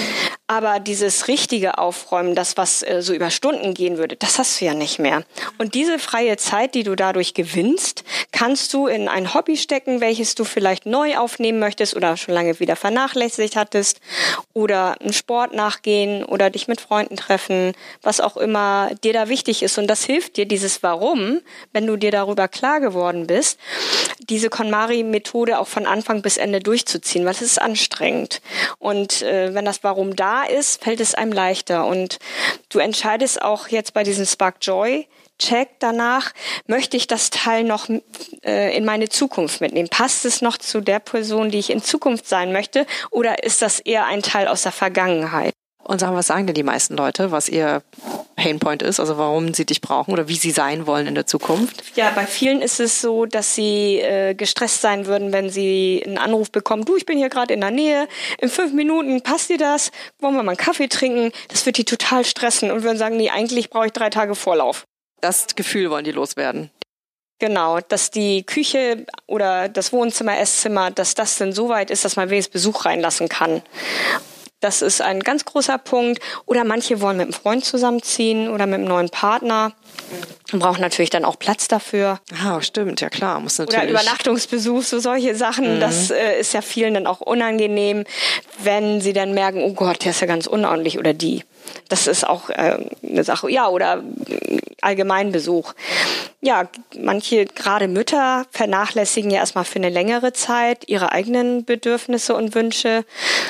Aber dieses richtige Aufräumen, das, was so über Stunden gehen würde, das hast du ja nicht mehr. Und diese freie Zeit, die du dadurch gewinnst, kannst du in ein Hobby stecken, welches du vielleicht neu aufnehmen möchtest oder schon lange wieder vernachlässigt hattest, oder einen Sport nachgehen oder dich mit Freunden treffen, was auch immer dir da wichtig ist. Und das hilft dir, dieses Warum, wenn du dir darüber klar geworden bist, diese KonMari-Methode auch von Anfang bis Ende durchzuziehen, weil es ist anstrengend. Und wenn das Warum da ist, fällt es einem leichter. Und du entscheidest auch jetzt bei diesem Spark Joy Check danach, möchte ich das Teil noch in meine Zukunft mitnehmen? Passt es noch zu der Person, die ich in Zukunft sein möchte? Oder ist das eher ein Teil aus der Vergangenheit?
Und was sagen denn die meisten Leute, was ihr Painpoint ist, also warum sie dich brauchen oder wie sie sein wollen in der Zukunft?
Ja, bei vielen ist es so, dass sie gestresst sein würden, wenn sie einen Anruf bekommen, du, ich bin hier gerade in der Nähe, in 5 Minuten, passt dir das? Wollen wir mal einen Kaffee trinken? Das wird die total stressen und würden sagen, nee, eigentlich brauche ich 3 Tage Vorlauf.
Das Gefühl wollen die loswerden.
Genau, dass die Küche oder das Wohnzimmer, Esszimmer, dass das denn so weit ist, dass man wenigstens Besuch reinlassen kann. Das ist ein ganz großer Punkt. Oder manche wollen mit einem Freund zusammenziehen oder mit einem neuen Partner. Man braucht natürlich dann auch Platz dafür.
Ah, stimmt, ja klar. Muss natürlich.
Oder Übernachtungsbesuch, so solche Sachen. Das ist ja vielen dann auch unangenehm, wenn sie dann merken, oh Gott, der ist ja ganz unordentlich oder die. Das ist auch eine Sache. Ja, oder Allgemeinbesuch. Ja, manche, gerade Mütter, vernachlässigen ja erstmal für eine längere Zeit ihre eigenen Bedürfnisse und Wünsche.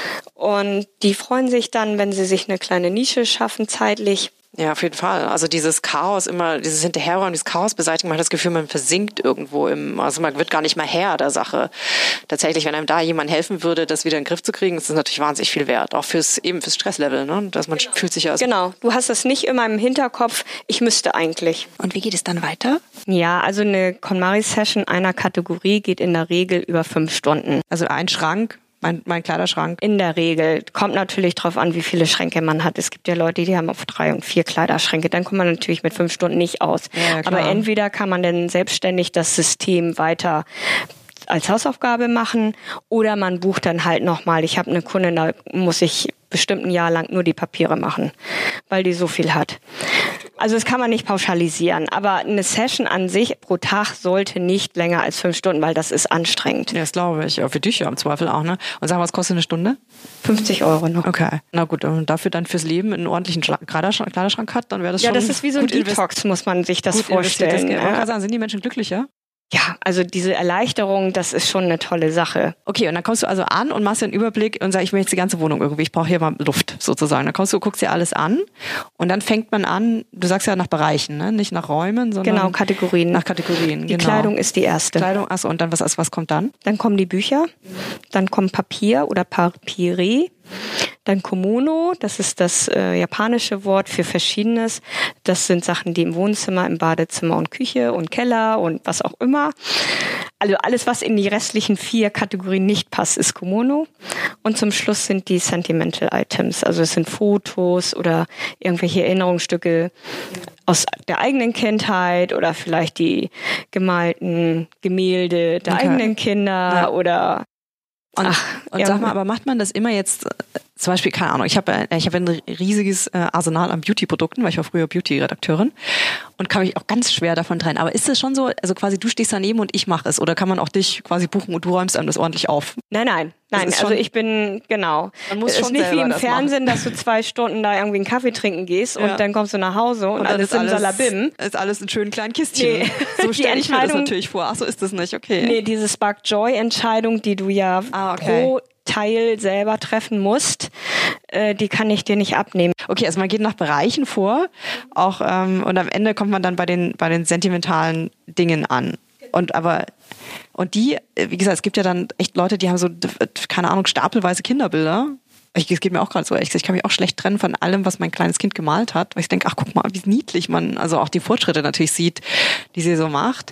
Und die freuen sich dann, wenn sie sich eine kleine Nische schaffen, zeitlich.
Ja, auf jeden Fall. Also dieses Chaos immer, dieses Hinterherräumen, dieses Chaos beseitigen, man hat das Gefühl, man versinkt irgendwo also man wird gar nicht mal Herr der Sache. Tatsächlich, wenn einem da jemand helfen würde, das wieder in den Griff zu kriegen, ist das natürlich wahnsinnig viel wert. Auch fürs Stresslevel, ne? Dass man fühlt sich ja.
Genau. Du hast das nicht immer im Hinterkopf, ich müsste eigentlich.
Und wie geht es dann weiter?
Ja, also eine KonMari-Session einer Kategorie geht in der Regel über 5 Stunden.
Also ein Schrank. Mein Kleiderschrank.
In der Regel. Kommt natürlich drauf an, wie viele Schränke man hat. Es gibt ja Leute, die haben auf 3 und 4 Kleiderschränke. Dann kommt man natürlich mit 5 Stunden nicht aus. Ja, aber entweder kann man dann selbstständig das System weiter als Hausaufgabe machen oder man bucht dann halt nochmal. Ich habe eine Kundin, da muss ich bestimmt ein Jahr lang nur die Papiere machen, weil die so viel hat. Also das kann man nicht pauschalisieren, aber eine Session an sich pro Tag sollte nicht länger als 5 Stunden, weil das ist anstrengend.
Ja, das glaube ich. Ja, für dich ja im Zweifel auch, ne? Und sag mal, was kostet eine Stunde?
50 € noch.
Okay. Na gut, und dafür dann fürs Leben einen ordentlichen Kleiderschrank hat, dann wäre das schon.
Ja, das ist wie so ein Detox, muss man sich das vorstellen.
Ja. Sind die Menschen glücklicher?
Ja, also diese Erleichterung, das ist schon eine tolle Sache.
Okay, und dann kommst du also an und machst dir einen Überblick und sagst, ich will jetzt die ganze Wohnung irgendwie, ich brauche hier mal Luft sozusagen. Dann guckst dir alles an und dann fängt man an, du sagst ja nach Bereichen, ne? Nicht nach Räumen, sondern
genau, Kategorien.
Nach Kategorien,
die Kleidung ist die erste.
Kleidung, achso, und dann was kommt dann?
Dann kommen die Bücher, dann kommt Papier oder Papire. Dann Kimono, das ist das japanische Wort für Verschiedenes. Das sind Sachen, die im Wohnzimmer, im Badezimmer und Küche und Keller und was auch immer. Also alles, was in die restlichen 4 Kategorien nicht passt, ist Kimono. Und zum Schluss sind die Sentimental Items. Also es sind Fotos oder irgendwelche Erinnerungsstücke aus der eigenen Kindheit oder vielleicht die gemalten Gemälde der eigenen Kinder oder
und sag mal, aber macht man das immer jetzt, zum Beispiel, keine Ahnung, ich habe ein riesiges Arsenal an Beauty-Produkten, weil ich war früher Beauty-Redakteurin und kann mich auch ganz schwer davon trennen. Aber ist es schon so, also quasi du stehst daneben und ich mache es oder kann man auch dich quasi buchen und du räumst einem das ordentlich auf?
Nein, also ich bin, genau. Man muss schon nicht wie im Fernsehen, dass du 2 Stunden da irgendwie einen Kaffee trinken gehst und dann kommst du nach Hause und alles im Salabim.
Ist alles in schönen kleinen Kistchen. Nee. So stelle ich mir das natürlich vor. Ach, so ist das nicht, okay.
Nee, diese Spark Joy-Entscheidung, die du ja pro Teil selber treffen musst, die kann ich dir nicht abnehmen.
Okay, also man geht nach Bereichen vor, auch und am Ende kommt man dann bei den sentimentalen Dingen an. Und die, wie gesagt, es gibt ja dann echt Leute, die haben so, keine Ahnung, stapelweise Kinderbilder. Es geht mir auch gerade so, ich kann mich auch schlecht trennen von allem, was mein kleines Kind gemalt hat, weil ich denke, ach guck mal, wie niedlich man also auch die Fortschritte natürlich sieht, die sie so macht.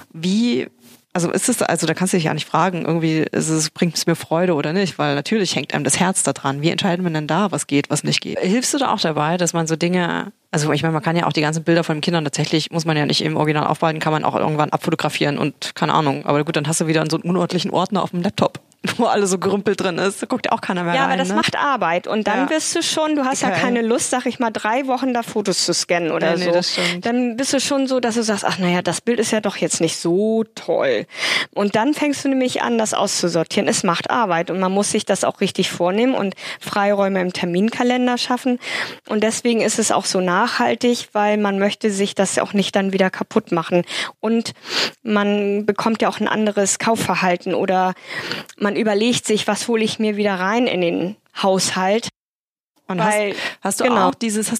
Also da kannst du dich ja nicht fragen, irgendwie bringt es mir Freude oder nicht, weil natürlich hängt einem das Herz da dran. Wie entscheiden wir denn da, was geht, was nicht geht? Hilfst du da auch dabei, dass man so Dinge, also ich meine, man kann ja auch die ganzen Bilder von den Kindern tatsächlich, muss man ja nicht im Original aufbehalten, kann man auch irgendwann abfotografieren und keine Ahnung. Aber gut, dann hast du wieder so einen unordentlichen Ordner auf dem Laptop. wo alles so gerümpelt drin ist. Da guckt ja auch keiner mehr rein.
Ja, aber das
ne?
macht Arbeit. Und dann bist du schon, du hast ja keine Lust, sag ich mal, 3 Wochen da Fotos zu scannen oder so.
Das stimmt.
Dann bist du schon so, dass du sagst, ach naja, das Bild ist ja doch jetzt nicht so toll. Und dann fängst du nämlich an, das auszusortieren. Es macht Arbeit und man muss sich das auch richtig vornehmen und Freiräume im Terminkalender schaffen. Und deswegen ist es auch so nachhaltig, weil man möchte sich das auch nicht dann wieder kaputt machen. Und man bekommt ja auch ein anderes Kaufverhalten oder man überlegt sich, was hole ich mir wieder rein in den Haushalt.
Und hast du auch dieses,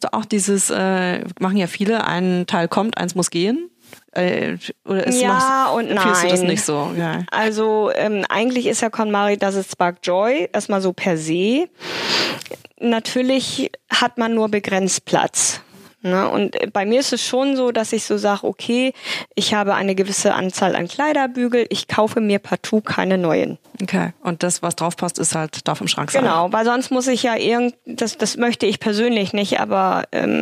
machen ja viele, ein Teil kommt, eins muss gehen? Oder ist
und nein.
Fühlst du das nicht so? Ja.
Also eigentlich ist ja KonMari, das ist Spark Joy, erstmal so per se. Natürlich hat man nur begrenzt Platz. Ne? Und bei mir ist es schon so, dass ich so sage, okay, ich habe eine gewisse Anzahl an Kleiderbügel, ich kaufe mir partout keine neuen.
Okay, und das, was drauf passt, ist halt, darf im Schrank sein.
Genau, weil sonst muss ich ja das möchte ich persönlich nicht, aber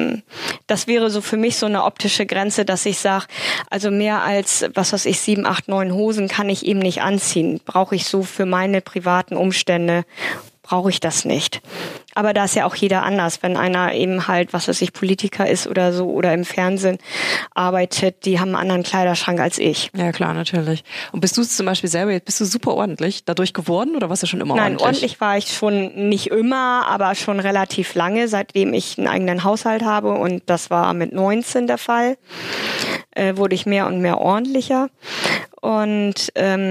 das wäre so für mich so eine optische Grenze, dass ich sage, also mehr als, 7, 8, 9 Hosen kann ich eben nicht anziehen. Brauche ich so für meine privaten Umstände, brauche ich das nicht. Aber da ist ja auch jeder anders. Wenn einer eben halt, Politiker ist oder so oder im Fernsehen arbeitet, die haben einen anderen Kleiderschrank als ich.
Ja, klar, natürlich. Und bist du zum Beispiel selber, jetzt bist du super ordentlich dadurch geworden oder warst du schon immer ordentlich?
Nein, ordentlich war ich schon nicht immer, aber schon relativ lange, seitdem ich einen eigenen Haushalt habe und das war mit 19 der Fall, wurde ich mehr und mehr ordentlicher. Und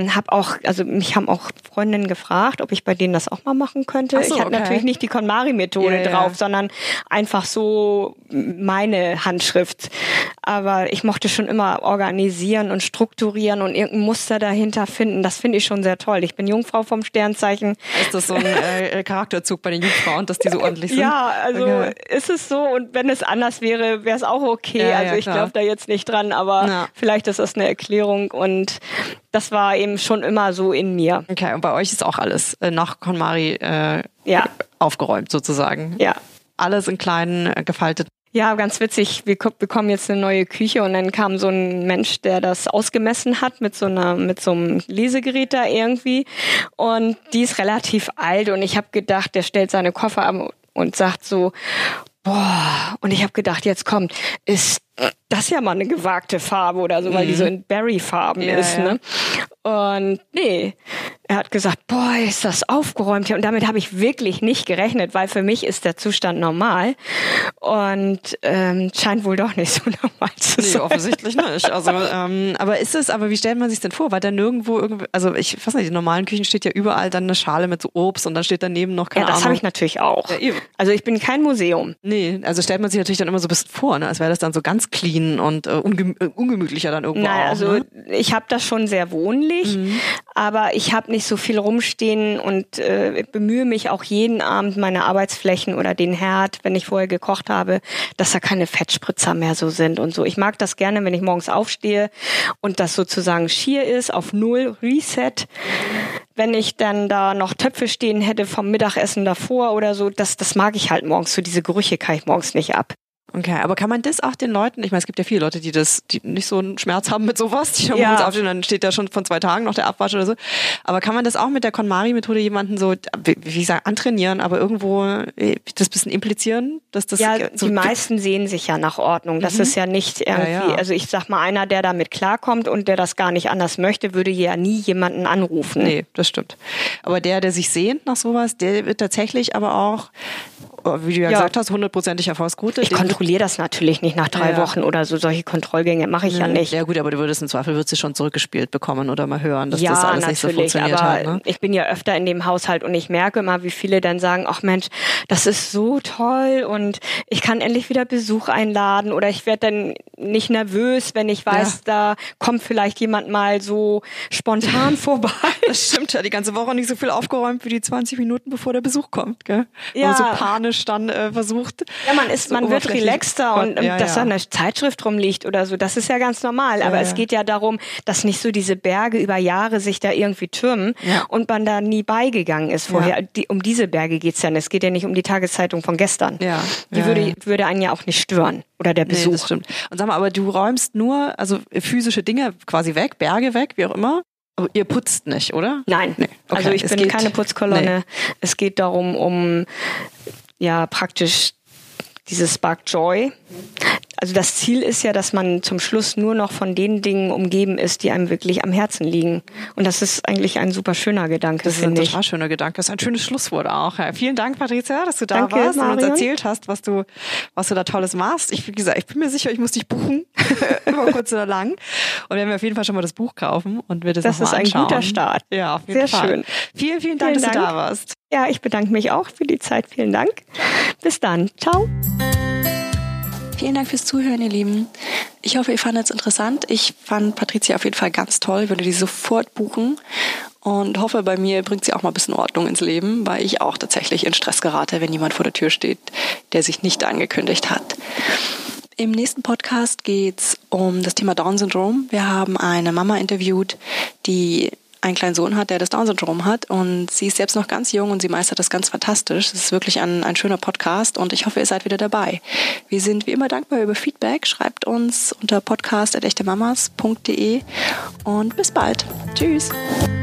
mich haben auch Freundinnen gefragt, ob ich bei denen das auch mal machen könnte.
So,
ich hatte natürlich nicht die KonMari-Methode drauf, sondern einfach so meine Handschrift. Aber ich mochte schon immer organisieren und strukturieren und irgendein Muster dahinter finden. Das finde ich schon sehr toll. Ich bin Jungfrau vom Sternzeichen.
Ist das so ein Charakterzug bei den Jungfrauen, dass die so ordentlich sind?
Ja, also ist es so. Und wenn es anders wäre, wäre es auch okay.
Ja,
also ich glaube da jetzt nicht dran, aber vielleicht ist das eine Erklärung und das war eben schon immer so in mir.
Okay, und bei euch ist auch alles nach KonMari aufgeräumt sozusagen?
Ja.
Alles in kleinen, gefalteten.
Ja, ganz witzig. Wir bekommen jetzt eine neue Küche und dann kam so ein Mensch, der das ausgemessen hat mit so einem Lesegerät da irgendwie. Und die ist relativ alt und ich habe gedacht, der stellt seine Koffer ab und sagt so, boah. Und ich habe gedacht, jetzt kommt, ist das ja mal eine gewagte Farbe oder so, weil die so in Berry-Farben ist, ne? Und nee, er hat gesagt, boah, ist das aufgeräumt hier. Und damit habe ich wirklich nicht gerechnet, weil für mich ist der Zustand normal und scheint wohl doch nicht so normal zu sein.
Nee, offensichtlich nicht. Also, aber wie stellt man sich denn vor? Weil da nirgendwo also ich weiß nicht, in normalen Küchen steht ja überall dann eine Schale mit so Obst und dann steht daneben noch keine Ahnung.
Ja, das habe ich natürlich auch. Ja, also ich bin kein Museum.
Nee, also stellt man sich natürlich dann immer so ein bisschen vor, ne? Als wäre das dann so ganz clean und ungemütlicher dann irgendwo
Nein,
auch.
Also
ne?
Ich habe das schon sehr wohnlich, aber ich habe nicht so viel rumstehen und bemühe mich auch jeden Abend meine Arbeitsflächen oder den Herd, wenn ich vorher gekocht habe, dass da keine Fettspritzer mehr so sind und so. Ich mag das gerne, wenn ich morgens aufstehe und das sozusagen schier ist, auf 0 Reset. Wenn ich dann da noch Töpfe stehen hätte vom Mittagessen davor oder so, das mag ich halt morgens. So diese Gerüche kann ich morgens nicht ab.
Okay, aber kann man das auch den Leuten, ich meine, es gibt ja viele Leute, die nicht so einen Schmerz haben mit sowas, die dann morgens aufstehen, dann steht da schon von 2 Tagen noch der Abwasch oder so. Aber kann man das auch mit der KonMari-Methode jemanden so, wie ich sage, antrainieren, aber irgendwo das bisschen implizieren? Dass das
so die meisten sehen sich ja nach Ordnung. Das ist ja nicht irgendwie, also ich sag mal, einer, der damit klarkommt und der das gar nicht anders möchte, würde ja nie jemanden anrufen.
Nee, das stimmt. Aber der sich sehnt nach sowas, der wird tatsächlich aber auch, wie du ja gesagt hast, 100%ig Erfolgsquote.
Ich kontrolliere das natürlich nicht nach 3 Wochen oder so. Solche Kontrollgänge mache ich ja nicht.
Ja gut, aber du würdest im Zweifel schon zurückgespielt bekommen oder mal hören, dass das alles nicht so funktioniert
aber
hat. Ne?
Ich bin ja öfter in dem Haushalt und ich merke immer, wie viele dann sagen, ach Mensch, das ist so toll und ich kann endlich wieder Besuch einladen oder ich werde dann nicht nervös, wenn ich weiß, da kommt vielleicht jemand mal so spontan vorbei.
Das stimmt ja, die ganze Woche nicht so viel aufgeräumt wie die 20 Minuten, bevor der Besuch kommt. Gell?
Ja.
Man so panisch dann versucht.
Ja, man wird relaxter und dass da eine Zeitschrift rumliegt oder so, das ist ja ganz normal. Aber es geht ja darum, dass nicht so diese Berge über Jahre sich da irgendwie türmen und man da nie beigegangen ist vorher. Ja. Um diese Berge geht's ja nicht. Es geht ja nicht um die Tageszeitung von gestern.
Ja.
Die würde einen ja auch nicht stören. Oder der Besuch.
Nee, das stimmt. Und sag mal, aber du räumst nur, also physische Dinge quasi weg, Berge weg, wie auch immer. Aber ihr putzt nicht, oder?
Nein,
nee. Okay.
Also ich bin keine Putzkolonne. Nee. Es geht darum, um praktisch dieses Spark Joy. Also das Ziel ist ja, dass man zum Schluss nur noch von den Dingen umgeben ist, die einem wirklich am Herzen liegen. Und das ist eigentlich ein super schöner Gedanke, finde ich. Das ist ein
total schöner Gedanke. Das ist ein schönes Schlusswort auch. Ja, vielen Dank, Patricia, dass du da
Danke,
warst
Marion.
und uns erzählt hast, was du da Tolles machst. Wie gesagt, ich bin mir sicher, ich muss dich buchen, über kurz oder lang. Und werden wir auf jeden Fall schon mal das Buch kaufen und wir das nochmal anschauen.
Das ist ein guter Start.
Ja, auf jeden Fall.
Sehr schön.
Vielen, vielen Dank, dass du da warst.
Ja, ich bedanke mich auch für die Zeit. Vielen Dank. Bis dann. Ciao.
Vielen Dank fürs Zuhören, ihr Lieben. Ich hoffe, ihr fandet es interessant. Ich fand Patricia auf jeden Fall ganz toll, würde die sofort buchen und hoffe, bei mir bringt sie auch mal ein bisschen Ordnung ins Leben, weil ich auch tatsächlich in Stress gerate, wenn jemand vor der Tür steht, der sich nicht angekündigt hat. Im nächsten Podcast geht's um das Thema Down-Syndrom. Wir haben eine Mama interviewt, die einen kleinen Sohn hat, der das Down-Syndrom hat und sie ist selbst noch ganz jung und sie meistert das ganz fantastisch. Es ist wirklich ein schöner Podcast und ich hoffe, ihr seid wieder dabei. Wir sind wie immer dankbar über Feedback. Schreibt uns unter podcast@echtemamas.de und bis bald. Tschüss.